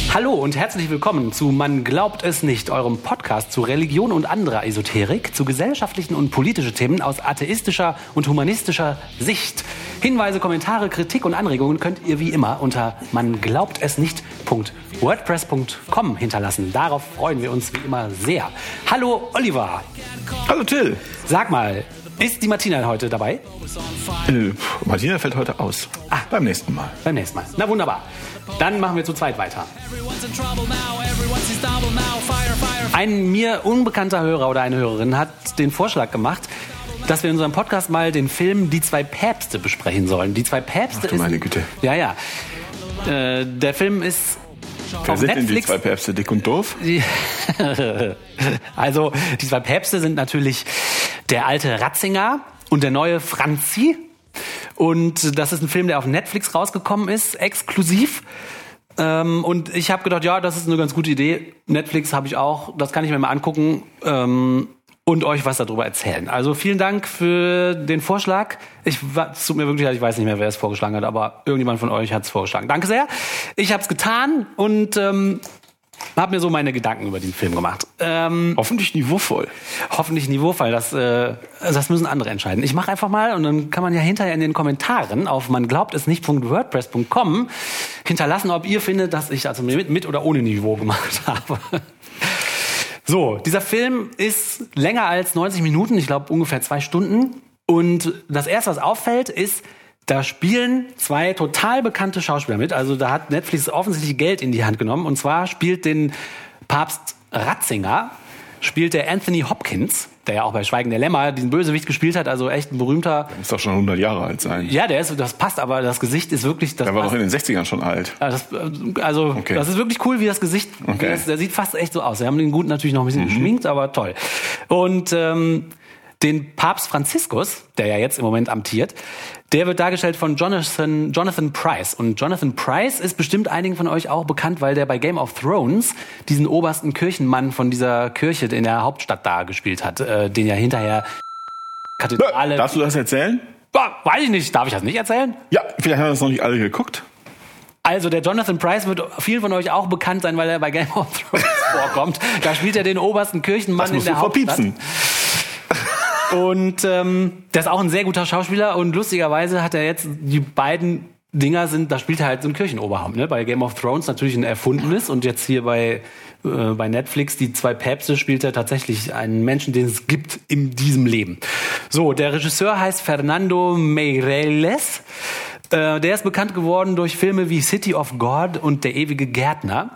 Hallo und herzlich willkommen zu Man glaubt es nicht, eurem Podcast zu Religion und anderer Esoterik, zu gesellschaftlichen und politischen Themen aus atheistischer und humanistischer Sicht. Hinweise, Kommentare, Kritik und Anregungen könnt ihr wie immer unter manglaubtesnicht.wordpress.com hinterlassen. Darauf freuen wir uns wie immer sehr. Hallo Oliver. Hallo Till. Sag mal, ist die Martina heute dabei? Martina fällt heute aus. Beim nächsten Mal. Beim nächsten Mal. Na wunderbar. Dann machen wir zu zweit weiter. Ein mir unbekannter Hörer oder eine Hörerin hat den Vorschlag gemacht, dass wir in unserem Podcast mal den Film Die zwei Päpste besprechen sollen. Die zwei Päpste Ach du meine Güte. Ja. Der Film ist Wer auf sind Netflix. denn die zwei Päpste, dick und doof? Also, die zwei Päpste sind natürlich der alte Ratzinger und der neue Franzi. Und das ist ein Film, der auf Netflix rausgekommen ist, exklusiv. Und ich habe gedacht, ja, das ist eine ganz gute Idee. Netflix habe ich auch, das kann ich mir mal angucken und euch was darüber erzählen. Also vielen Dank für den Vorschlag. Es tut mir wirklich leid, ich weiß nicht mehr, wer es vorgeschlagen hat, aber irgendjemand von euch hat es vorgeschlagen. Danke sehr. Ich habe es getan und habe mir so meine Gedanken über den Film gemacht. Hoffentlich niveauvoll. Hoffentlich niveauvoll, das müssen andere entscheiden. Ich mache einfach mal und dann kann man ja hinterher in den Kommentaren auf manglaubtesnicht.wordpress.com hinterlassen, ob ihr findet, dass ich also mit oder ohne Niveau gemacht habe. So, dieser Film ist länger als 90 Minuten, ich glaube ungefähr 2 Stunden. Und das Erste, was auffällt, ist, da spielen 2 total bekannte Schauspieler mit. Also da hat Netflix offensichtlich Geld in die Hand genommen. Und zwar spielt den Papst Ratzinger, spielt der Anthony Hopkins, der ja auch bei Schweigen der Lämmer diesen Bösewicht gespielt hat. Also echt ein berühmter... Muss doch schon 100 Jahre alt sein. Ja, das passt, aber das Gesicht ist wirklich... Der war doch in den 60ern schon alt. Das ist wirklich cool, wie das Gesicht... Okay. Der sieht fast echt so aus. Wir haben den Guten natürlich noch ein bisschen geschminkt, aber toll. Und den Papst Franziskus, der ja jetzt im Moment amtiert, der wird dargestellt von Jonathan Pryce. Und Jonathan Pryce ist bestimmt einigen von euch auch bekannt, weil der bei Game of Thrones diesen obersten Kirchenmann von dieser Kirche in der Hauptstadt da gespielt hat, den ja hinterher Kathedrale... Darfst du das erzählen? Weiß ich nicht. Darf ich das nicht erzählen? Ja, vielleicht haben das noch nicht alle geguckt. Also der Jonathan Pryce wird vielen von euch auch bekannt sein, weil er bei Game of Thrones vorkommt. Da spielt er den obersten Kirchenmann in der Hauptstadt. Verpiepsen. Und der ist auch ein sehr guter Schauspieler und lustigerweise hat er jetzt die beiden Dinger da spielt er halt so ein Kirchenoberhaupt, ne? Bei Game of Thrones natürlich ein erfundenes und jetzt hier bei Netflix die zwei Päpste spielt er tatsächlich einen Menschen, den es gibt in diesem Leben. So, der Regisseur heißt Fernando Meirelles. Der ist bekannt geworden durch Filme wie City of God und Der ewige Gärtner.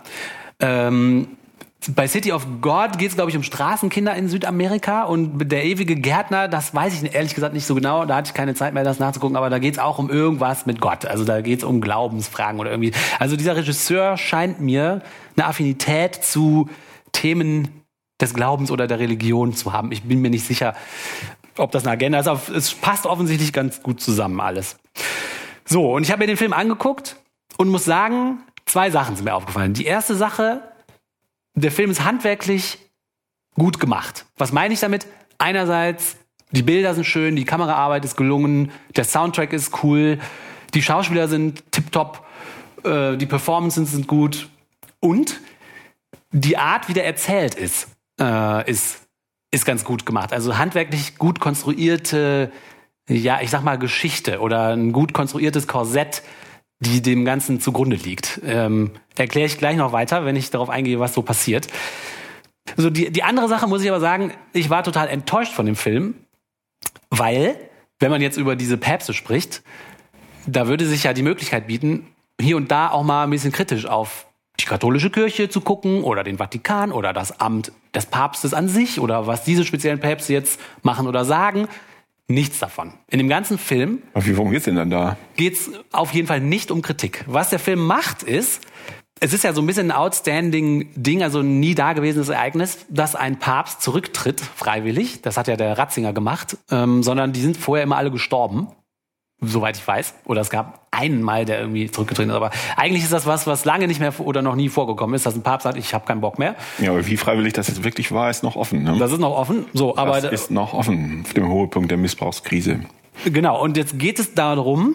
Bei City of God geht es, glaube ich, um Straßenkinder in Südamerika und Der ewige Gärtner, das weiß ich ehrlich gesagt nicht so genau, da hatte ich keine Zeit mehr, das nachzugucken, aber da geht es auch um irgendwas mit Gott, also da geht es um Glaubensfragen oder irgendwie. Also dieser Regisseur scheint mir eine Affinität zu Themen des Glaubens oder der Religion zu haben. Ich bin mir nicht sicher, ob das eine Agenda ist, aber es passt offensichtlich ganz gut zusammen alles. So, und ich habe mir den Film angeguckt und muss sagen, 2 Sachen sind mir aufgefallen. Die erste Sache: Der Film ist handwerklich gut gemacht. Was meine ich damit? Einerseits, die Bilder sind schön, die Kameraarbeit ist gelungen, der Soundtrack ist cool, die Schauspieler sind tipptopp, die Performances sind gut und die Art, wie der erzählt ist ganz gut gemacht. Also handwerklich gut konstruierte, ja, ich sag mal Geschichte oder ein gut konstruiertes Korsett, die dem Ganzen zugrunde liegt. Erkläre ich gleich noch weiter, wenn ich darauf eingehe, was so passiert. So, die andere Sache muss ich aber sagen, ich war total enttäuscht von dem Film, weil, wenn man jetzt über diese Päpste spricht, da würde sich ja die Möglichkeit bieten, hier und da auch mal ein bisschen kritisch auf die katholische Kirche zu gucken oder den Vatikan oder das Amt des Papstes an sich oder was diese speziellen Päpste jetzt machen oder sagen. Nichts davon. In dem ganzen Film... Worum geht's denn dann da? Geht's auf jeden Fall nicht um Kritik. Was der Film macht ist, es ist ja so ein bisschen ein outstanding Ding, also ein nie dagewesenes Ereignis, dass ein Papst zurücktritt, freiwillig. Das hat ja der Ratzinger gemacht. Sondern die sind vorher immer alle gestorben. Soweit ich weiß. Oder es gab einen Mal, der irgendwie zurückgetreten ist. Aber eigentlich ist das was lange nicht mehr oder noch nie vorgekommen ist, dass ein Papst sagt, ich habe keinen Bock mehr. Ja, aber wie freiwillig das jetzt wirklich war, ist noch offen. Ne? Das ist noch offen. So, aber das ist noch offen auf dem Höhepunkt der Missbrauchskrise. Genau. Und jetzt geht es darum,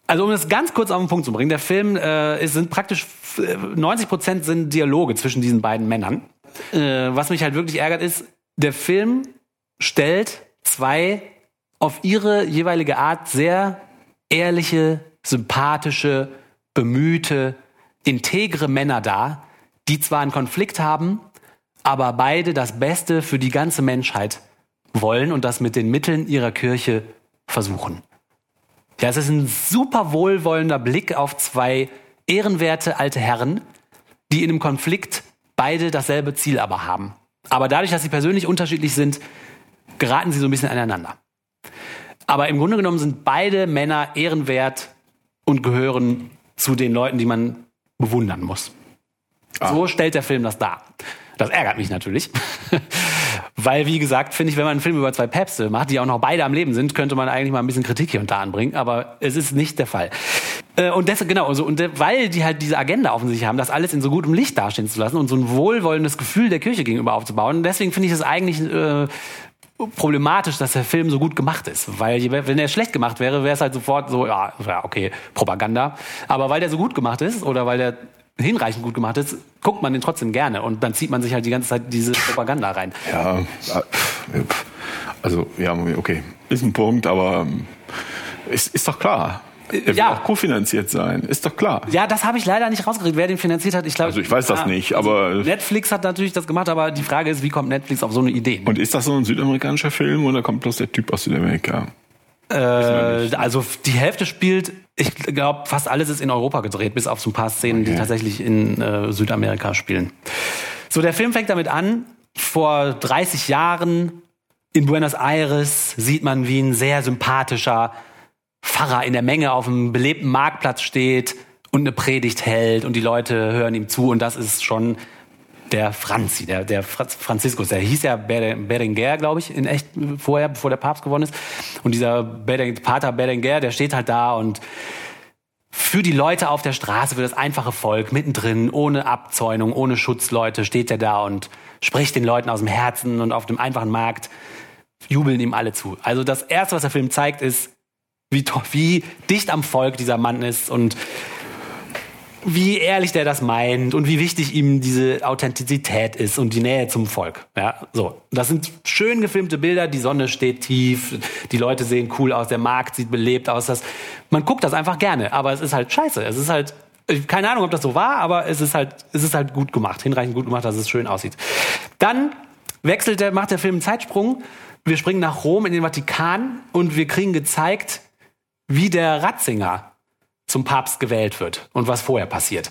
Also um das ganz kurz auf den Punkt zu bringen, der Film sind praktisch 90% sind Dialoge zwischen diesen beiden Männern. Was mich halt wirklich ärgert ist, der Film stellt zwei auf ihre jeweilige Art sehr ehrliche, sympathische, bemühte, integre Männer dar, die zwar einen Konflikt haben, aber beide das Beste für die ganze Menschheit wollen und das mit den Mitteln ihrer Kirche versuchen. Ja, es ist ein super wohlwollender Blick auf zwei ehrenwerte alte Herren, die in einem Konflikt beide dasselbe Ziel aber haben. Aber dadurch, dass sie persönlich unterschiedlich sind, geraten sie so ein bisschen aneinander. Aber im Grunde genommen sind beide Männer ehrenwert und gehören zu den Leuten, die man bewundern muss. So stellt der Film das dar. Das ärgert mich natürlich. Weil, wie gesagt, finde ich, wenn man einen Film über zwei Päpste macht, die auch noch beide am Leben sind, könnte man eigentlich mal ein bisschen Kritik hier und da anbringen. Aber es ist nicht der Fall. Und deshalb, genau, weil die halt diese Agenda offensichtlich haben, das alles in so gutem Licht dastehen zu lassen und so ein wohlwollendes Gefühl der Kirche gegenüber aufzubauen. Und deswegen finde ich es eigentlich problematisch, dass der Film so gut gemacht ist. Weil, wenn er schlecht gemacht wäre, wäre es halt sofort so, ja, okay, Propaganda. Aber weil der so gut gemacht ist oder weil der hinreichend gut gemacht ist, guckt man den trotzdem gerne. Und dann zieht man sich halt die ganze Zeit diese Propaganda rein. Ja, also, ja, okay, ist ein Punkt, aber ist doch klar. Er wird auch kofinanziert sein, ist doch klar. Ja, das habe ich leider nicht rausgekriegt, wer den finanziert hat. Ich weiß das nicht, aber... Also Netflix hat natürlich das gemacht, aber die Frage ist, wie kommt Netflix auf so eine Idee? Und ist das so ein südamerikanischer Film oder kommt bloß der Typ aus Südamerika? Also die Hälfte spielt, ich glaube, fast alles ist in Europa gedreht, bis auf so ein paar Szenen, die tatsächlich in Südamerika spielen. So, der Film fängt damit an, vor 30 Jahren in Buenos Aires sieht man, wie ein sehr sympathischer Pfarrer in der Menge auf einem belebten Marktplatz steht und eine Predigt hält und die Leute hören ihm zu und das ist schon der Franzi, der Franziskus, der hieß ja Berenguer, glaube ich, in echt vorher, bevor der Papst geworden ist. Und dieser Pater Berenguer, der steht halt da und für die Leute auf der Straße, für das einfache Volk, mittendrin, ohne Abzäunung, ohne Schutzleute, steht er da und spricht den Leuten aus dem Herzen und auf dem einfachen Markt jubeln ihm alle zu. Also das Erste, was der Film zeigt, ist, wie dicht am Volk dieser Mann ist und wie ehrlich der das meint und wie wichtig ihm diese Authentizität ist und die Nähe zum Volk. Ja, so. Das sind schön gefilmte Bilder, die Sonne steht tief, die Leute sehen cool aus, der Markt sieht belebt aus. Man guckt das einfach gerne, aber es ist halt scheiße. Es ist halt, keine Ahnung, ob das so war, aber es ist halt gut gemacht, hinreichend gut gemacht, dass es schön aussieht. Dann macht der Film einen Zeitsprung. Wir springen nach Rom in den Vatikan und wir kriegen gezeigt, wie der Ratzinger zum Papst gewählt wird und was vorher passiert.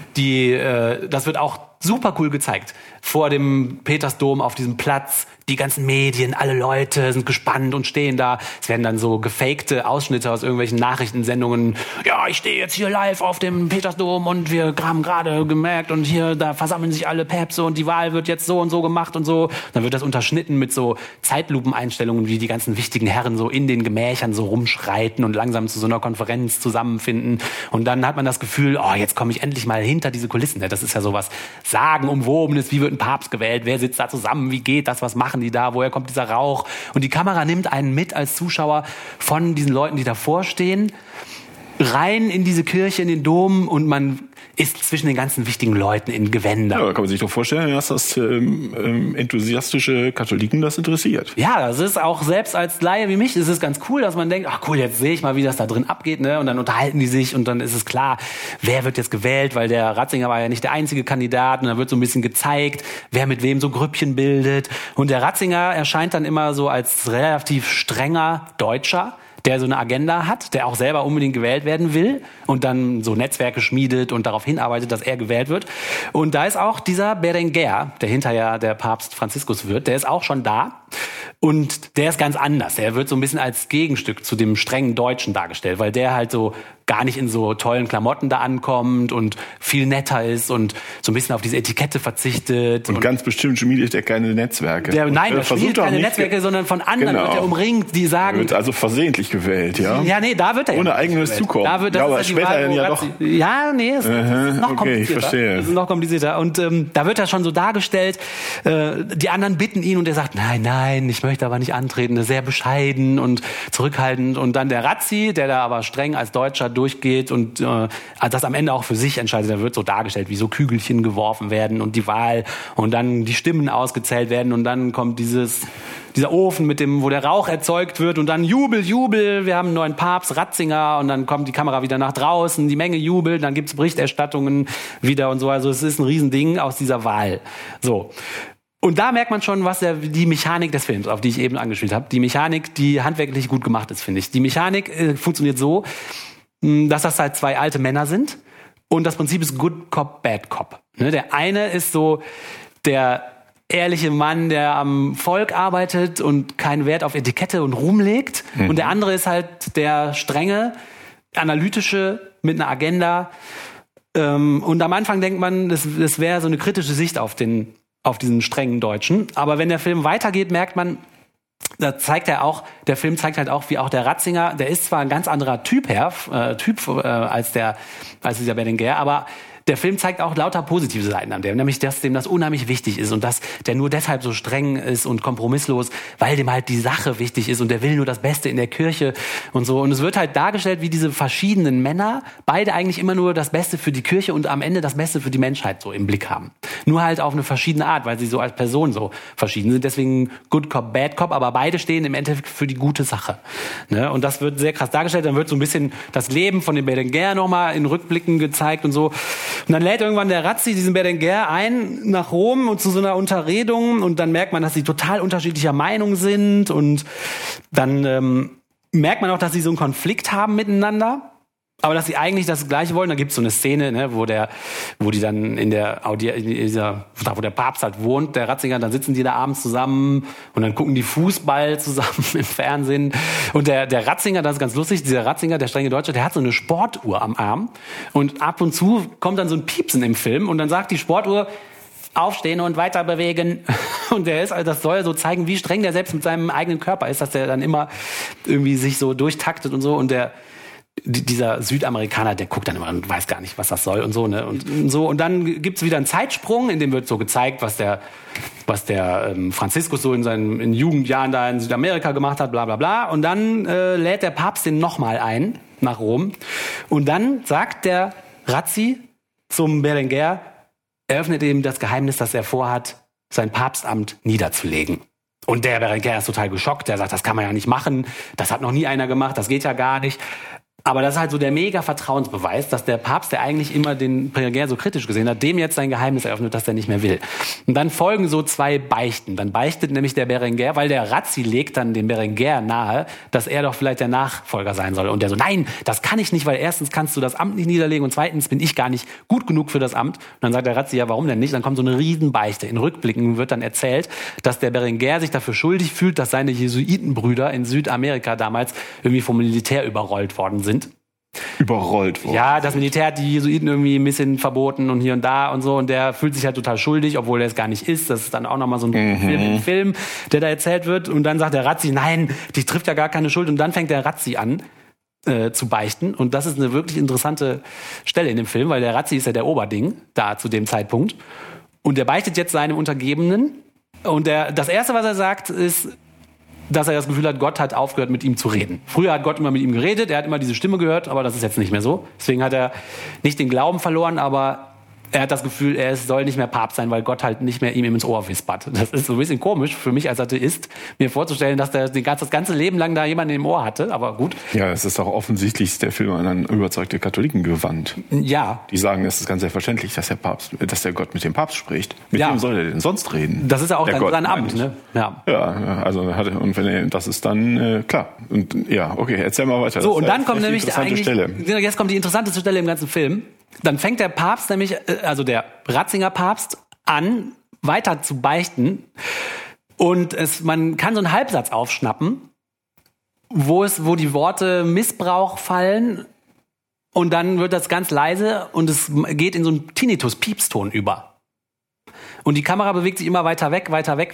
Das wird auch super cool gezeigt. Vor dem Petersdom auf diesem Platz, die ganzen Medien, alle Leute sind gespannt und stehen da. Es werden dann so gefakte Ausschnitte aus irgendwelchen Nachrichtensendungen. Ja, ich stehe jetzt hier live auf dem Petersdom und wir haben gerade gemerkt und hier, da versammeln sich alle Päpste und die Wahl wird jetzt so und so gemacht und so. Dann wird das unterschnitten mit so Zeitlupeneinstellungen, wie die ganzen wichtigen Herren so in den Gemächern so rumschreiten und langsam zu so einer Konferenz zusammenfinden. Und dann hat man das Gefühl, oh, jetzt komme ich endlich mal hinter diese Kulissen. Das ist ja sowas sagenumwobenes. Wie wird ein Papst gewählt? Wer sitzt da zusammen? Wie geht das? Was machen die da? Woher kommt dieser Rauch? Und die Kamera nimmt einen mit als Zuschauer von diesen Leuten, die davor stehen, rein in diese Kirche, in den Dom und man ist zwischen den ganzen wichtigen Leuten in Gewändern. Ja, da kann man sich doch vorstellen, dass das enthusiastische Katholiken das interessiert. Ja, das ist auch selbst als Laie wie mich, ist es ganz cool, dass man denkt, ach cool, jetzt sehe ich mal, wie das da drin abgeht, ne? Und dann unterhalten die sich und dann ist es klar, wer wird jetzt gewählt, weil der Ratzinger war ja nicht der einzige Kandidat und dann wird so ein bisschen gezeigt, wer mit wem so Grüppchen bildet. Und der Ratzinger erscheint dann immer so als relativ strenger Deutscher, der so eine Agenda hat, der auch selber unbedingt gewählt werden will und dann so Netzwerke schmiedet und darauf hinarbeitet, dass er gewählt wird. Und da ist auch dieser Berenguer, der hinterher der Papst Franziskus wird, der ist auch schon da. Und der ist ganz anders. Der wird so ein bisschen als Gegenstück zu dem strengen Deutschen dargestellt, weil der halt so gar nicht in so tollen Klamotten da ankommt und viel netter ist und so ein bisschen auf diese Etikette verzichtet. Und ganz bestimmt schmiedet er keine Netzwerke. Nein, er schmiedet keine Netzwerke, sondern von anderen wird er umringt, die sagen... Er wird also versehentlich gewählt, ja? Ja, nee, da wird er ohne eigenes Zukommen. Da wird das aber später ja doch... Ja, nee, es ist noch komplizierter. Okay, ich verstehe. Es ist noch komplizierter. Und da wird er schon so dargestellt, die anderen bitten ihn und er sagt, nein, nein, ich möchte aber nicht antreten, sehr bescheiden und zurückhaltend. Und dann der Razzi, der da aber streng als Deutscher durchgeht und das am Ende auch für sich entscheidet. Da wird so dargestellt, wie so Kügelchen geworfen werden und die Wahl und dann die Stimmen ausgezählt werden und dann kommt dieser Ofen wo der Rauch erzeugt wird und dann Jubel, Jubel, wir haben einen neuen Papst, Ratzinger, und dann kommt die Kamera wieder nach draußen, die Menge jubelt, dann gibt's Berichterstattungen wieder und so. Also es ist ein Riesending aus dieser Wahl. So. Und da merkt man schon, was die Mechanik des Films, auf die ich eben angespielt habe, die Mechanik, die handwerklich gut gemacht ist, finde ich. Die Mechanik funktioniert so, dass das halt zwei alte Männer sind und das Prinzip ist Good Cop, Bad Cop. Ne? Der eine ist so der ehrliche Mann, der am Volk arbeitet und keinen Wert auf Etikette und Ruhm legt. Und der andere ist halt der strenge, analytische mit einer Agenda. Und am Anfang denkt man, das wäre so eine kritische Sicht auf diesen strengen Deutschen. Aber wenn der Film weitergeht, merkt man, der Film zeigt halt auch, wie auch der Ratzinger, der ist zwar ein ganz anderer Typ als dieser Berenguer, aber der Film zeigt auch lauter positive Seiten an dem, nämlich, dass dem das unheimlich wichtig ist und dass der nur deshalb so streng ist und kompromisslos, weil dem halt die Sache wichtig ist und der will nur das Beste in der Kirche und so. Und es wird halt dargestellt, wie diese verschiedenen Männer beide eigentlich immer nur das Beste für die Kirche und am Ende das Beste für die Menschheit so im Blick haben. Nur halt auf eine verschiedene Art, weil sie so als Person so verschieden sind. Deswegen Good Cop, Bad Cop, aber beide stehen im Endeffekt für die gute Sache. Ne? Und das wird sehr krass dargestellt. Dann wird so ein bisschen das Leben von dem Berenguer nochmal in Rückblicken gezeigt und so. Und dann lädt irgendwann der Razzi diesen Berenguer ein nach Rom und zu so einer Unterredung und dann merkt man, dass sie total unterschiedlicher Meinung sind und dann merkt man auch, dass sie so einen Konflikt haben miteinander, aber dass sie eigentlich das Gleiche wollen. Da gibt's so eine Szene, ne, wo die dann wo der Papst halt wohnt, der Ratzinger, dann sitzen die da abends zusammen und dann gucken die Fußball zusammen im Fernsehen. Und der Ratzinger, das ist ganz lustig, dieser Ratzinger, der strenge Deutsche, der hat so eine Sportuhr am Arm und ab und zu kommt dann so ein Piepsen im Film und dann sagt die Sportuhr, aufstehen und weiter bewegen. Und das soll so zeigen, wie streng der selbst mit seinem eigenen Körper ist, dass der dann immer irgendwie sich so durchtaktet und so. Und dieser Südamerikaner, der guckt dann immer und weiß gar nicht, was das soll und so, ne? Und so. Und dann gibt's wieder einen Zeitsprung, in dem wird so gezeigt, was der Franziskus so in seinen Jugendjahren da in Südamerika gemacht hat, bla bla bla. Und dann lädt der Papst den nochmal ein nach Rom. Und dann sagt der Razzi zum Berenguer, eröffnet ihm das Geheimnis, dass er vorhat, sein Papstamt niederzulegen. Und der Berenguer ist total geschockt. Der sagt, das kann man ja nicht machen. Das hat noch nie einer gemacht. Das geht ja gar nicht. Aber das ist halt so der mega Vertrauensbeweis, dass der Papst, der eigentlich immer den Berenguer so kritisch gesehen hat, dem jetzt sein Geheimnis eröffnet, dass er nicht mehr will. Und dann folgen so zwei Beichten. Dann beichtet nämlich der Berenguer, weil der Razzi legt dann dem Berenguer nahe, dass er doch vielleicht der Nachfolger sein soll. Und der so, nein, das kann ich nicht, weil erstens kannst du das Amt nicht niederlegen und zweitens bin ich gar nicht gut genug für das Amt. Und dann sagt der Razzi, ja, warum denn nicht? Dann kommt so eine Riesenbeichte. In Rückblicken wird dann erzählt, dass der Berenguer sich dafür schuldig fühlt, dass seine Jesuitenbrüder in Südamerika damals irgendwie vom Militär überrollt worden sind. Überrollt worden. Ja, das Militär hat die Jesuiten irgendwie ein bisschen verboten und hier und da und so. Und der fühlt sich halt total schuldig, obwohl er es gar nicht ist. Das ist dann auch nochmal so ein Film, der da erzählt wird. Und dann sagt der Razzi, nein, die trifft ja gar keine Schuld. Und dann fängt der Razzi an zu beichten. Und das ist eine wirklich interessante Stelle in dem Film, weil der Razzi ist ja der Oberding da zu dem Zeitpunkt. Und der beichtet jetzt seinem Untergebenen. Und das Erste, was er sagt, ist, dass er das Gefühl hat, Gott hat aufgehört, mit ihm zu reden. Früher hat Gott immer mit ihm geredet, er hat immer diese Stimme gehört, aber das ist jetzt nicht mehr so. Deswegen hat er nicht den Glauben verloren, aber er hat das Gefühl, er soll nicht mehr Papst sein, weil Gott halt nicht mehr ihm ins Ohr wispert. Das ist so ein bisschen komisch für mich als Atheist, mir vorzustellen, dass der das ganze Leben lang da jemanden im Ohr hatte, aber gut. Ja, es ist auch offensichtlich der Film an überzeugte Katholiken gewandt. Ja. Die sagen, es ist ganz selbstverständlich, dass der Gott mit dem Papst spricht. Mit wem soll er denn sonst reden? Das ist ja auch sein Amt, ne? Ja, also das ist dann klar. Und ja, okay, erzähl mal weiter. So, und dann kommt nämlich jetzt kommt die interessanteste Stelle im ganzen Film. Dann fängt der Papst nämlich, also der Ratzinger Papst, an, weiter zu beichten. Und man kann so einen Halbsatz aufschnappen, wo die Worte Missbrauch fallen. Und dann wird das ganz leise und es geht in so einen Tinnitus-Piepston über. Und die Kamera bewegt sich immer weiter weg,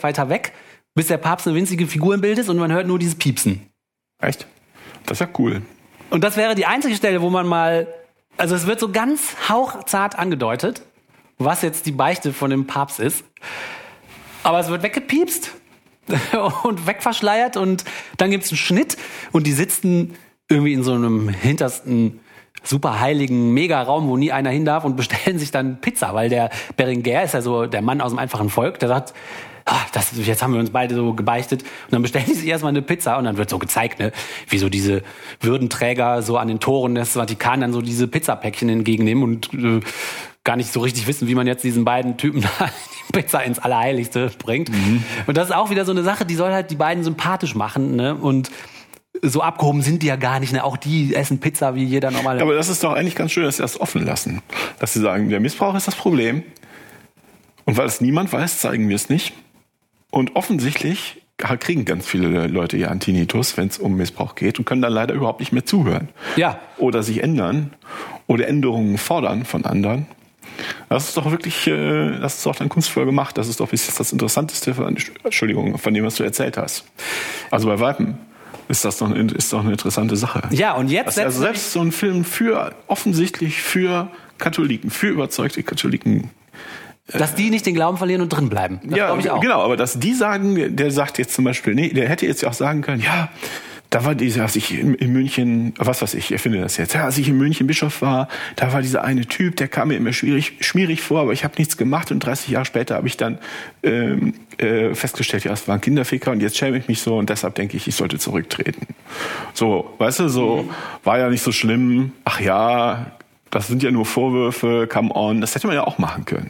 bis der Papst eine winzige Figur im Bild ist und man hört nur dieses Piepsen. Echt? Das ist ja cool. Und das wäre die einzige Stelle, wo man mal... Also es wird so ganz hauchzart angedeutet, was jetzt die Beichte von dem Papst ist. Aber es wird weggepiepst und wegverschleiert und dann gibt's einen Schnitt und die sitzen irgendwie in so einem hintersten super heiligen Mega-Raum, wo nie einer hin darf und bestellen sich dann Pizza, weil der Berenguer ist ja so der Mann aus dem einfachen Volk, der sagt, jetzt haben wir uns beide so gebeichtet und dann bestellen die sich erstmal eine Pizza und dann wird so gezeigt, ne, wie so diese Würdenträger so an den Toren des Vatikan dann so diese Pizzapäckchen entgegennehmen und gar nicht so richtig wissen, wie man jetzt diesen beiden Typen da die Pizza ins Allerheiligste bringt. Und das ist auch wieder so eine Sache, die soll halt die beiden sympathisch machen, ne, und so abgehoben sind die ja gar nicht, ne? Auch die essen Pizza wie jeder normale. Aber das ist doch eigentlich ganz schön, dass sie das offen lassen. Dass sie sagen, der Missbrauch ist das Problem. Und weil es niemand weiß, zeigen wir es nicht. Und offensichtlich kriegen ganz viele Leute ja Tinnitus, wenn es um Missbrauch geht und können dann leider überhaupt nicht mehr zuhören. Ja. Oder sich ändern oder Änderungen fordern von anderen. Das ist doch wirklich, das ist doch dann kunstvoll gemacht. Das ist doch bis jetzt das Interessanteste von dem, was du erzählt hast. Also bei Weipen ist doch eine interessante Sache. Ja, und jetzt also selbst so ein Film offensichtlich für Katholiken, für überzeugte Katholiken. Dass die nicht den Glauben verlieren und drin bleiben. Das glaube ich auch. Genau, aber dass die sagen, der sagt jetzt zum Beispiel, nee, der hätte jetzt ja auch sagen können, ja, da war als ich in München, was weiß ich erfinde das jetzt, ja, als ich in München Bischof war, da war dieser eine Typ, der kam mir immer schmierig vor, aber ich habe nichts gemacht und 30 Jahre später habe ich dann festgestellt, ja, es war ein Kinderficker und jetzt schäme ich mich so und deshalb denke ich sollte zurücktreten. So, weißt du, so war ja nicht so schlimm, ach ja, das sind ja nur Vorwürfe, come on, das hätte man ja auch machen können.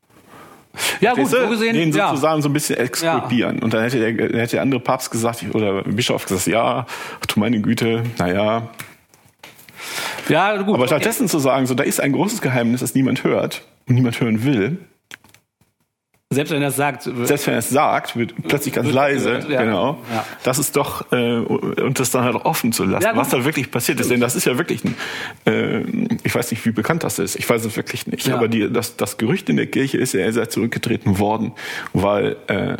Ja gut, so gesehen, den sozusagen so ein bisschen exkulpieren. Ja. Und dann hätte der andere Papst gesagt, oder Bischof gesagt, ja, ach du meine Güte, naja. Ja, gut. Aber stattdessen zu sagen, so, da ist ein großes Geheimnis, das niemand hört und niemand hören will. Selbst wenn er es sagt, wird plötzlich ganz leise. Ja. Genau. Ja. Das ist doch, und das dann halt offen zu lassen, was da wirklich passiert ist. Denn das ist ja wirklich ich weiß nicht, wie bekannt das ist. Ich weiß es wirklich nicht. Ja. Aber das Gerücht in der Kirche ist ja, er sei zurückgetreten worden, weil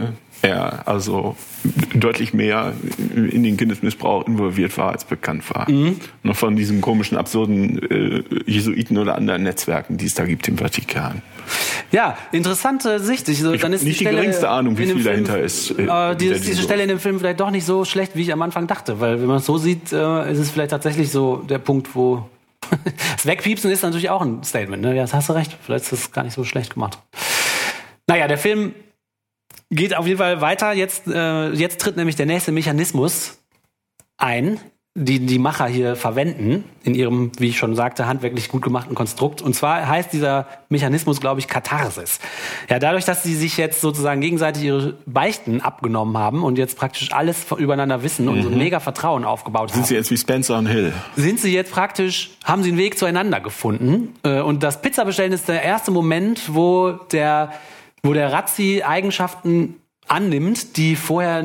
er also deutlich mehr in den Kindesmissbrauch involviert war, als bekannt war. Noch von diesen komischen, absurden Jesuiten oder anderen Netzwerken, die es da gibt im Vatikan. Ja, interessante Sicht. Dann ist nicht die geringste Ahnung, wie viel dahinter ist. Diese Stelle in dem Film vielleicht doch nicht so schlecht, wie ich am Anfang dachte. Weil wenn man es so sieht, ist es vielleicht tatsächlich so der Punkt, wo das Wegpiepsen ist natürlich auch ein Statement. Ne? Ja, das hast du recht. Vielleicht ist das gar nicht so schlecht gemacht. Naja, der Film geht auf jeden Fall weiter. Jetzt tritt nämlich der nächste Mechanismus ein, die Macher hier verwenden in ihrem, wie ich schon sagte, handwerklich gut gemachten Konstrukt. Und zwar heißt dieser Mechanismus, glaube ich, Katharsis. Ja, dadurch, dass sie sich jetzt sozusagen gegenseitig ihre Beichten abgenommen haben und jetzt praktisch alles übereinander wissen und so ein mega Vertrauen aufgebaut haben. Sind sie jetzt wie Spencer und Hill? Sind sie jetzt praktisch, haben sie einen Weg zueinander gefunden. Und das Pizzabestellen ist der erste Moment, wo der Razzi Eigenschaften annimmt, die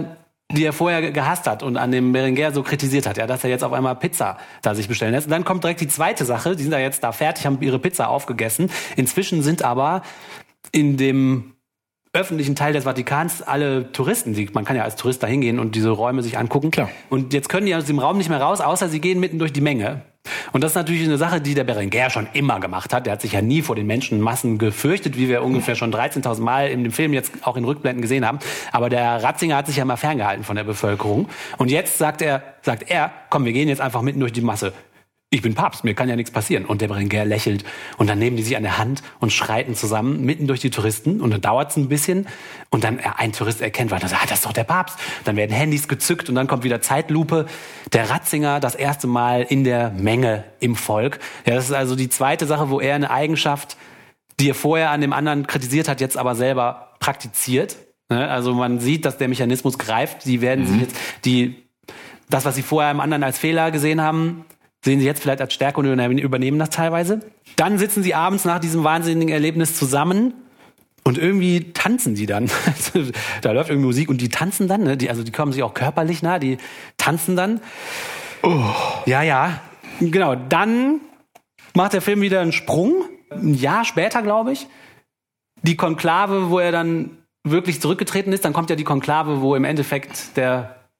er vorher gehasst hat und an dem Berenguer so kritisiert hat, ja, dass er jetzt auf einmal Pizza da sich bestellen lässt. Und dann kommt direkt die zweite Sache, die sind da jetzt da fertig, haben ihre Pizza aufgegessen. Inzwischen sind aber in dem öffentlichen Teil des Vatikans alle Touristen, man kann ja als Tourist da hingehen und diese Räume sich angucken. Klar. Und jetzt können die aus dem Raum nicht mehr raus, außer sie gehen mitten durch die Menge. Und das ist natürlich eine Sache, die der Berenguer schon immer gemacht hat. Der hat sich ja nie vor den Menschenmassen gefürchtet, wie wir ungefähr schon 13.000 Mal in dem Film jetzt auch in Rückblenden gesehen haben. Aber der Ratzinger hat sich ja mal ferngehalten von der Bevölkerung. Und jetzt sagt er, komm, wir gehen jetzt einfach mitten durch die Masse. Ich bin Papst, mir kann ja nichts passieren. Und der Berenguer lächelt. Und dann nehmen die sich an der Hand und schreiten zusammen mitten durch die Touristen. Und dann dauert es ein bisschen. Und dann ein Tourist erkennt, das ist doch der Papst. Dann werden Handys gezückt und dann kommt wieder Zeitlupe. Der Ratzinger das erste Mal in der Menge im Volk. Ja, das ist also die zweite Sache, wo er eine Eigenschaft, die er vorher an dem anderen kritisiert hat, jetzt aber selber praktiziert. Also man sieht, dass der Mechanismus greift. Sie werden sich jetzt das, was sie vorher im anderen als Fehler gesehen haben, sehen sie jetzt vielleicht als Stärke und übernehmen das teilweise. Dann sitzen sie abends nach diesem wahnsinnigen Erlebnis zusammen und irgendwie tanzen die dann. Da läuft irgendwie Musik und die tanzen dann. Ne? Die kommen sich auch körperlich nah, die tanzen dann. Oh. Ja, genau. Dann macht der Film wieder einen Sprung. Ein Jahr später, glaube ich. Die Konklave, wo er dann wirklich zurückgetreten ist. Dann kommt ja die Konklave, wo im Endeffekt der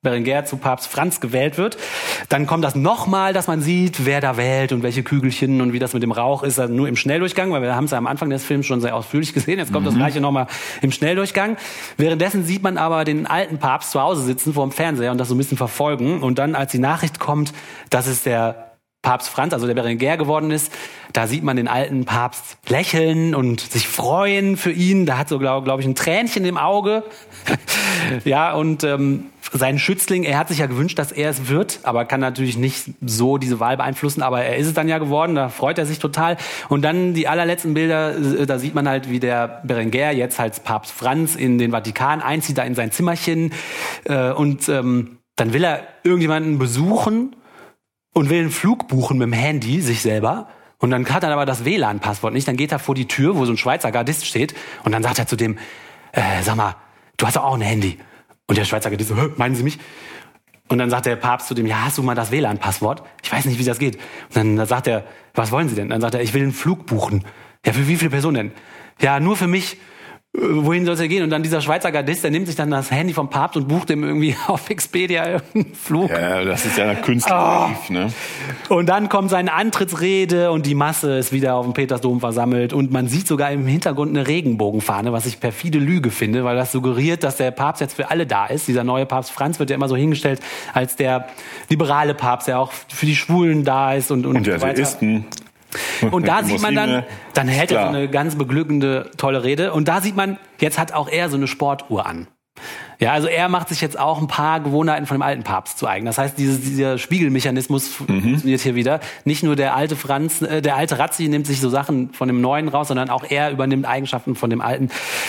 Berenguer zu Papst Franz gewählt wird. Dann kommt das nochmal, dass man sieht, wer da wählt und welche Kügelchen und wie das mit dem Rauch ist. Also nur im Schnelldurchgang, weil wir haben es ja am Anfang des Films schon sehr ausführlich gesehen. Jetzt kommt das Gleiche nochmal im Schnelldurchgang. Währenddessen sieht man aber den alten Papst zu Hause sitzen vor dem Fernseher und das so ein bisschen verfolgen. Und dann, als die Nachricht kommt, dass es der Papst Franz, also der Berenguer geworden ist, da sieht man den alten Papst lächeln und sich freuen für ihn. Da hat so, glaube ich, ein Tränchen im Auge. Ja, und sein Schützling, er hat sich ja gewünscht, dass er es wird, aber kann natürlich nicht so diese Wahl beeinflussen, aber er ist es dann ja geworden, da freut er sich total. Und dann die allerletzten Bilder, da sieht man halt, wie der Berenguer jetzt als Papst Franz in den Vatikan einzieht, da in sein Zimmerchen und dann will er irgendjemanden besuchen und will einen Flug buchen mit dem Handy, sich selber. Und dann hat er aber das WLAN-Passwort nicht. Dann geht er vor die Tür, wo so ein Schweizer Gardist steht. Und dann sagt er zu dem, sag mal, du hast doch auch ein Handy. Und der Schweizer Gardist so, meinen Sie mich? Und dann sagt der Papst zu dem, ja, hast du mal das WLAN-Passwort? Ich weiß nicht, wie das geht. Und dann sagt er, was wollen Sie denn? Dann sagt er, ich will einen Flug buchen. Ja, für wie viele Personen denn? Ja, nur für mich. Wohin soll es ja gehen? Und dann dieser Schweizer Gardist, der nimmt sich dann das Handy vom Papst und bucht ihm irgendwie auf Expedia irgendeinen Flug. Ja, das ist ja ein Künstlerbrief, ne? Und dann kommt seine Antrittsrede und die Masse ist wieder auf dem Petersdom versammelt und man sieht sogar im Hintergrund eine Regenbogenfahne, was ich perfide Lüge finde, weil das suggeriert, dass der Papst jetzt für alle da ist. Dieser neue Papst Franz wird ja immer so hingestellt als der liberale Papst, der auch für die Schwulen da ist und der so weiter. Atheisten. Und da sieht man dann hält er so eine ganz beglückende, tolle Rede. Und da sieht man, jetzt hat auch er so eine Sportuhr an. Ja, also er macht sich jetzt auch ein paar Gewohnheiten von dem alten Papst zu eigen. Das heißt, dieser Spiegelmechanismus funktioniert hier wieder. Nicht nur der alte Franz, der alte Razzi nimmt sich so Sachen von dem Neuen raus, sondern auch er übernimmt Eigenschaften von dem Alten.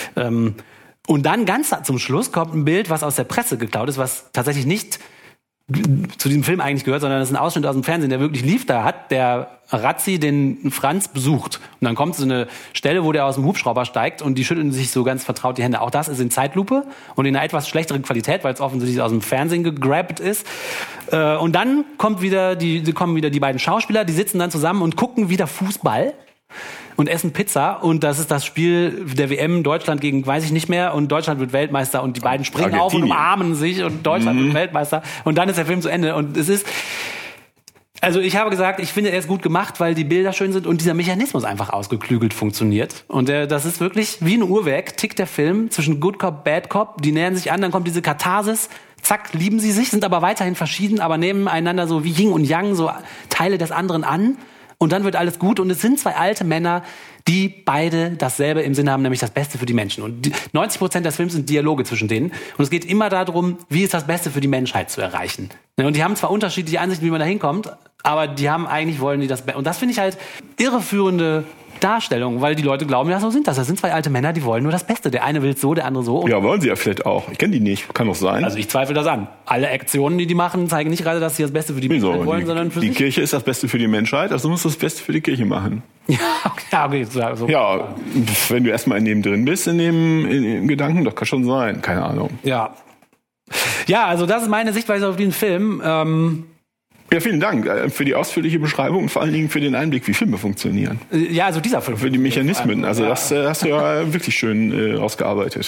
Und dann ganz zum Schluss kommt ein Bild, was aus der Presse geklaut ist, was tatsächlich nicht zu diesem Film eigentlich gehört, sondern das ist ein Ausschnitt aus dem Fernsehen, der wirklich lief. Da hat der Razzi den Franz besucht. Und dann kommt so eine Stelle, wo der aus dem Hubschrauber steigt und die schütteln sich so ganz vertraut die Hände. Auch das ist in Zeitlupe und in einer etwas schlechteren Qualität, weil es offensichtlich aus dem Fernsehen gegrabt ist. Und dann kommen wieder die beiden Schauspieler, die sitzen dann zusammen und gucken wieder Fußball und essen Pizza und das ist das Spiel der WM Deutschland gegen weiß ich nicht mehr und Deutschland wird Weltmeister und die beiden springen auf und umarmen sich und Deutschland wird Weltmeister und dann ist der Film zu Ende und es ist, also ich habe gesagt, ich finde er ist gut gemacht, weil die Bilder schön sind und dieser Mechanismus einfach ausgeklügelt funktioniert und das ist wirklich wie ein Uhrwerk, tickt der Film zwischen Good Cop, Bad Cop, die nähern sich an, dann kommt diese Katharsis, zack, lieben sie sich, sind aber weiterhin verschieden, aber nehmen einander so wie Yin und Yang so Teile des anderen an. Und dann wird alles gut. Und es sind zwei alte Männer, die beide dasselbe im Sinn haben, nämlich das Beste für die Menschen. Und 90% des Films sind Dialoge zwischen denen. Und es geht immer darum, wie ist das Beste für die Menschheit zu erreichen. Und die haben zwar unterschiedliche Ansichten, wie man da hinkommt, aber die haben eigentlich, wollen die das Beste. Und das finde ich halt irreführende Darstellung, weil die Leute glauben, ja, so sind das. Das sind zwei alte Männer, die wollen nur das Beste. Der eine will so, der andere so. Und ja, wollen sie ja vielleicht auch. Ich kenne die nicht. Kann doch sein. Also ich zweifle das an. Alle Aktionen, die machen, zeigen nicht gerade, dass sie das Beste für die Menschheit wollen, sondern für sich. Die Kirche ist das Beste für die Menschheit, also muss das Beste für die Kirche machen. Ja, okay. So. Ja, wenn du erstmal in dem drin bist, in dem Gedanken, das kann schon sein. Keine Ahnung. Ja, also das ist meine Sichtweise auf den Film. Ja, vielen Dank für die ausführliche Beschreibung und vor allen Dingen für den Einblick, wie Filme funktionieren. Ja, also dieser Film. Für die Mechanismen. Also das hast du ja wirklich schön ausgearbeitet.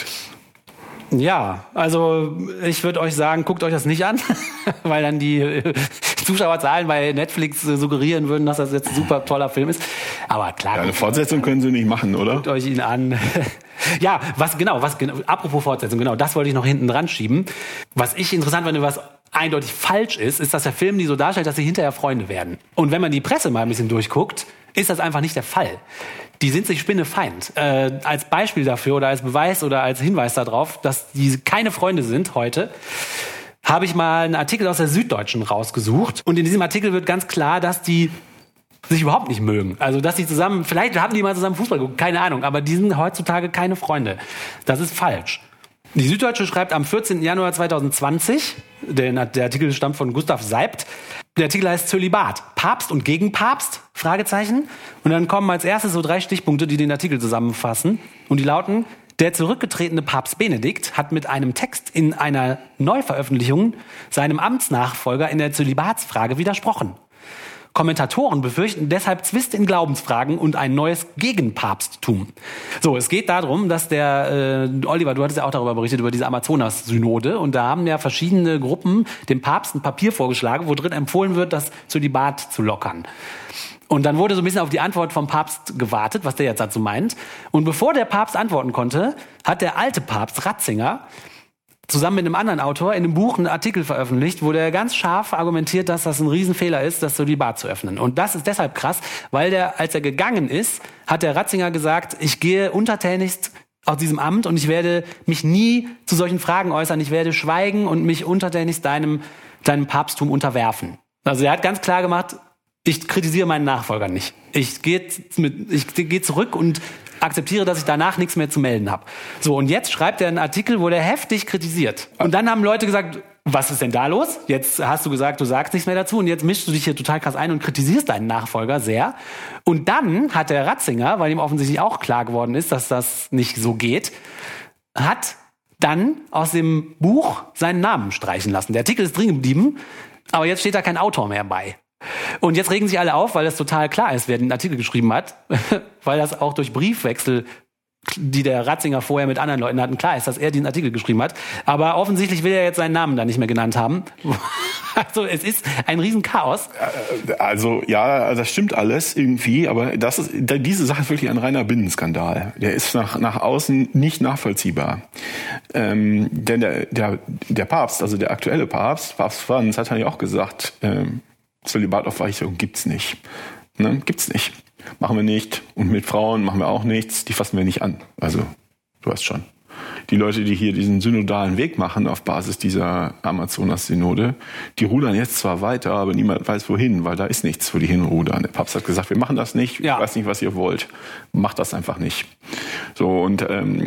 Ja, also ich würde euch sagen, guckt euch das nicht an, weil dann die Zuschauerzahlen bei Netflix suggerieren würden, dass das jetzt ein super toller Film ist. Aber klar. Ja, eine Fortsetzung können sie nicht machen, oder? Guckt euch ihn an. Ja, was genau, apropos Fortsetzung, genau, das wollte ich noch hinten dran schieben. Was ich interessant finde, was eindeutig falsch ist, dass der Film die so darstellt, dass sie hinterher Freunde werden. Und wenn man die Presse mal ein bisschen durchguckt, ist das einfach nicht der Fall. Die sind sich spinnefeind. Als Beispiel dafür oder als Beweis oder als Hinweis darauf, dass die keine Freunde sind heute, habe ich mal einen Artikel aus der Süddeutschen rausgesucht. Und in diesem Artikel wird ganz klar, dass die sich überhaupt nicht mögen. Also, dass die zusammen, vielleicht haben die mal zusammen Fußball geguckt, keine Ahnung, aber die sind heutzutage keine Freunde. Das ist falsch. Die Süddeutsche schreibt am 14. Januar 2020, der Artikel stammt von Gustav Seibt, der Artikel heißt Zölibat, Papst und Gegenpapst, Fragezeichen. Und dann kommen als erstes so 3 Stichpunkte, die den Artikel zusammenfassen. Und die lauten, der zurückgetretene Papst Benedikt hat mit einem Text in einer Neuveröffentlichung seinem Amtsnachfolger in der Zölibatsfrage widersprochen. Kommentatoren befürchten deshalb Zwist in Glaubensfragen und ein neues Gegenpapsttum. So, es geht darum, dass der Oliver, du hattest ja auch darüber berichtet, über diese Amazonas-Synode. Und da haben ja verschiedene Gruppen dem Papst ein Papier vorgeschlagen, wo drin empfohlen wird, das Zölibat zu lockern. Und dann wurde so ein bisschen auf die Antwort vom Papst gewartet, was der jetzt dazu meint. Und bevor der Papst antworten konnte, hat der alte Papst Ratzinger zusammen mit einem anderen Autor in einem Buch einen Artikel veröffentlicht, wo der ganz scharf argumentiert, dass das ein Riesenfehler ist, das Zölibat zu öffnen. Und das ist deshalb krass, weil als er gegangen ist, hat der Ratzinger gesagt, ich gehe untertänigst aus diesem Amt und ich werde mich nie zu solchen Fragen äußern. Ich werde schweigen und mich untertänigst deinem Papsttum unterwerfen. Also er hat ganz klar gemacht, ich kritisiere meinen Nachfolger nicht. Ich gehe zurück und akzeptiere, dass ich danach nichts mehr zu melden habe. So, und jetzt schreibt er einen Artikel, wo der heftig kritisiert. Und dann haben Leute gesagt, was ist denn da los? Jetzt hast du gesagt, du sagst nichts mehr dazu und jetzt mischst du dich hier total krass ein und kritisierst deinen Nachfolger sehr. Und dann hat der Ratzinger, weil ihm offensichtlich auch klar geworden ist, dass das nicht so geht, hat dann aus dem Buch seinen Namen streichen lassen. Der Artikel ist drin geblieben, aber jetzt steht da kein Autor mehr bei. Und jetzt regen sich alle auf, weil das total klar ist, wer den Artikel geschrieben hat, weil das auch durch Briefwechsel, die der Ratzinger vorher mit anderen Leuten hatten, klar ist, dass er diesen Artikel geschrieben hat. Aber offensichtlich will er jetzt seinen Namen da nicht mehr genannt haben. Also es ist ein Riesenchaos. Also ja, das stimmt alles irgendwie, aber diese Sache ist wirklich ein reiner Binnenskandal. Der ist nach außen nicht nachvollziehbar. Denn der Papst, also der aktuelle Papst Franz, hat ja auch gesagt, Zölibataufweichung gibt's nicht. Ne? Gibt's nicht. Machen wir nicht. Und mit Frauen machen wir auch nichts. Die fassen wir nicht an. Also, du weißt schon. Die Leute, die hier diesen synodalen Weg machen auf Basis dieser Amazonas-Synode, die rudern jetzt zwar weiter, aber niemand weiß wohin, weil da ist nichts, wo die hinrudern. Der Papst hat gesagt, wir machen das nicht. Ich weiß nicht, was ihr wollt. Macht das einfach nicht. So, und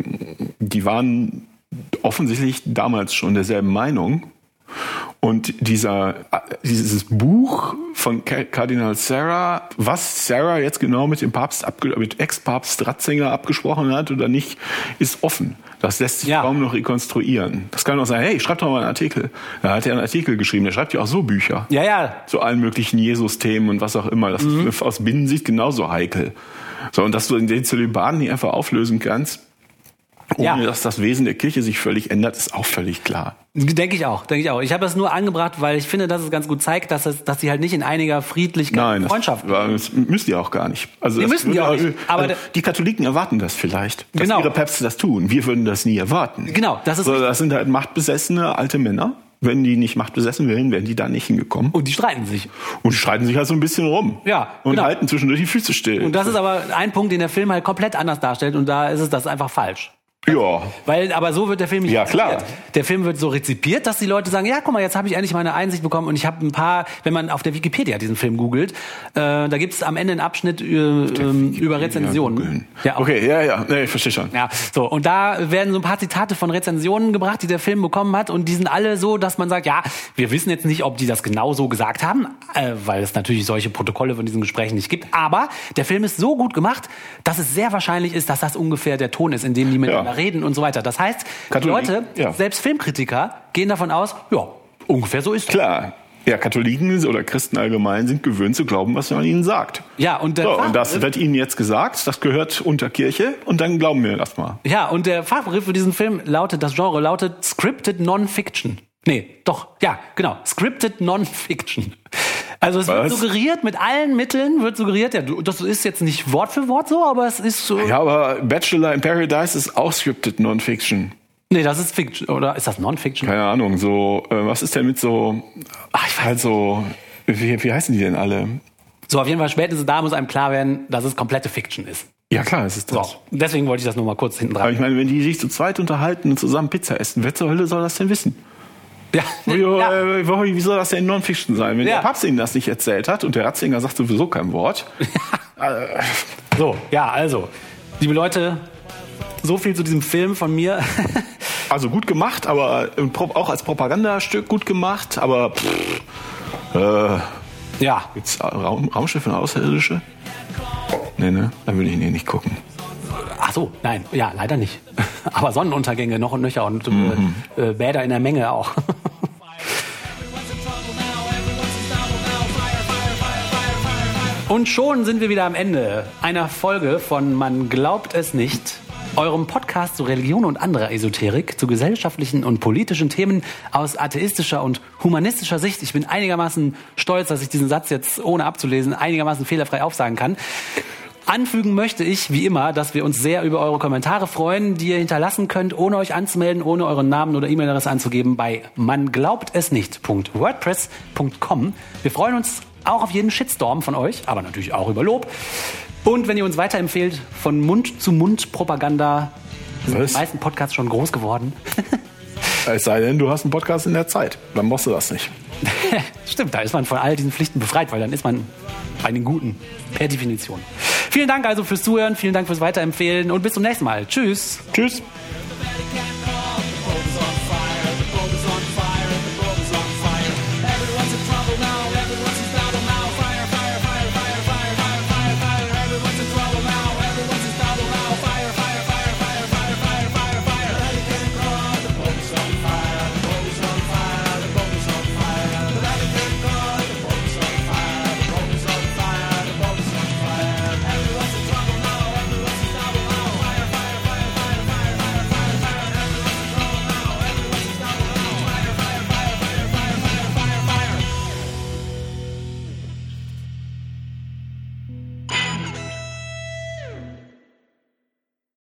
die waren offensichtlich damals schon derselben Meinung. Und dieses Buch von Kardinal Sarah, was Sarah jetzt genau mit dem Papst, mit Ex-Papst Ratzinger abgesprochen hat oder nicht, ist offen. Das lässt sich kaum noch rekonstruieren. Das kann auch sein, hey, schreib doch mal einen Artikel. Da hat er einen Artikel geschrieben, der schreibt ja auch so Bücher. Ja. Zu allen möglichen Jesus-Themen und was auch immer. Das ist aus Binnensicht genauso heikel. So, und dass du den Zölibat nicht einfach auflösen kannst, ohne dass das Wesen der Kirche sich völlig ändert, ist auch völlig klar. Denke ich auch. Ich habe das nur angebracht, weil ich finde, dass es ganz gut zeigt, dass sie halt nicht in einiger Friedlichkeit Freundschaft leben. Das müssen die auch gar nicht. Also müssen die auch nicht. Aber die Katholiken erwarten das vielleicht, dass ihre Päpste das tun. Wir würden das nie erwarten. Genau, das ist das sind halt machtbesessene alte Männer. Wenn die nicht machtbesessen wären, wären die da nicht hingekommen. Und die streiten sich. Und die streiten sich halt so ein bisschen rum. Ja. Und halten zwischendurch die Füße still. Und das ist aber ein Punkt, den der Film halt komplett anders darstellt. Und da ist das einfach falsch. Ja. Aber so wird der Film nicht klar. Der Film wird so rezipiert, dass die Leute sagen, ja, guck mal, jetzt habe ich endlich mal eine Einsicht bekommen und ich habe ein paar, wenn man auf der Wikipedia diesen Film googelt, da gibt es am Ende einen Abschnitt über Rezensionen. Nee, ich verstehe schon. Ja, so, und da werden so ein paar Zitate von Rezensionen gebracht, die der Film bekommen hat und die sind alle so, dass man sagt, ja, wir wissen jetzt nicht, ob die das genau so gesagt haben, weil es natürlich solche Protokolle von diesen Gesprächen nicht gibt, aber der Film ist so gut gemacht, dass es sehr wahrscheinlich ist, dass das ungefähr der Ton ist, in dem die miteinander reden und so weiter. Das heißt, die Leute, selbst Filmkritiker, gehen davon aus, ungefähr so ist es. Klar. Ja, Katholiken oder Christen allgemein sind gewöhnt zu glauben, was man ihnen sagt. Ja, und das wird ihnen jetzt gesagt, das gehört unter Kirche und dann glauben wir das mal. Ja, und der Fachbegriff für diesen Film das Genre lautet Scripted Non-Fiction. Scripted Non-Fiction. Also es wird suggeriert, mit allen Mitteln wird suggeriert, das ist jetzt nicht Wort für Wort so, aber es ist so. Ja, aber Bachelor in Paradise ist auch Scripted Non-Fiction. Nee, das ist Fiction, oder ist das Non-Fiction? Keine Ahnung, so, was ist denn mit so, wie heißen die denn alle? So, auf jeden Fall spätestens da muss einem klar werden, dass es komplette Fiction ist. Ja, klar, es ist das. So, deswegen wollte ich das nur mal kurz hinten dran. Aber ich meine, wenn die sich zu zweit unterhalten und zusammen Pizza essen, wer zur Hölle soll das denn wissen? Ja. Wie soll das denn Non-Fiction sein? Wenn der Papst ihnen das nicht erzählt hat und der Ratzinger sagt sowieso kein Wort. So, also, liebe Leute, so viel zu diesem Film von mir. Also gut gemacht, aber auch als Propagandastück gut gemacht, aber gibt's Raumschiffe und Außerirdische? Nee, da würde ich ihn nicht gucken. Ach so, nein, leider nicht. Aber Sonnenuntergänge noch und nöcher und Bäder in der Menge auch. Und schon sind wir wieder am Ende einer Folge von Man glaubt es nicht, eurem Podcast zu Religion und anderer Esoterik, zu gesellschaftlichen und politischen Themen aus atheistischer und humanistischer Sicht. Ich bin einigermaßen stolz, dass ich diesen Satz jetzt, ohne abzulesen, einigermaßen fehlerfrei aufsagen kann. Anfügen möchte ich, wie immer, dass wir uns sehr über eure Kommentare freuen, die ihr hinterlassen könnt, ohne euch anzumelden, ohne euren Namen oder E-Mail-Adresse anzugeben, bei manglaubtesnicht.wordpress.com. Wir freuen uns auch auf jeden Shitstorm von euch, aber natürlich auch über Lob. Und wenn ihr uns weiterempfehlt, von Mund zu Mund Propaganda, sind die meisten Podcasts schon groß geworden. Es sei denn, du hast einen Podcast in der Zeit, dann machst du das nicht. Stimmt, da ist man von all diesen Pflichten befreit, weil dann ist man bei den Guten, per Definition. Vielen Dank also fürs Zuhören, vielen Dank fürs Weiterempfehlen und bis zum nächsten Mal. Tschüss. Tschüss.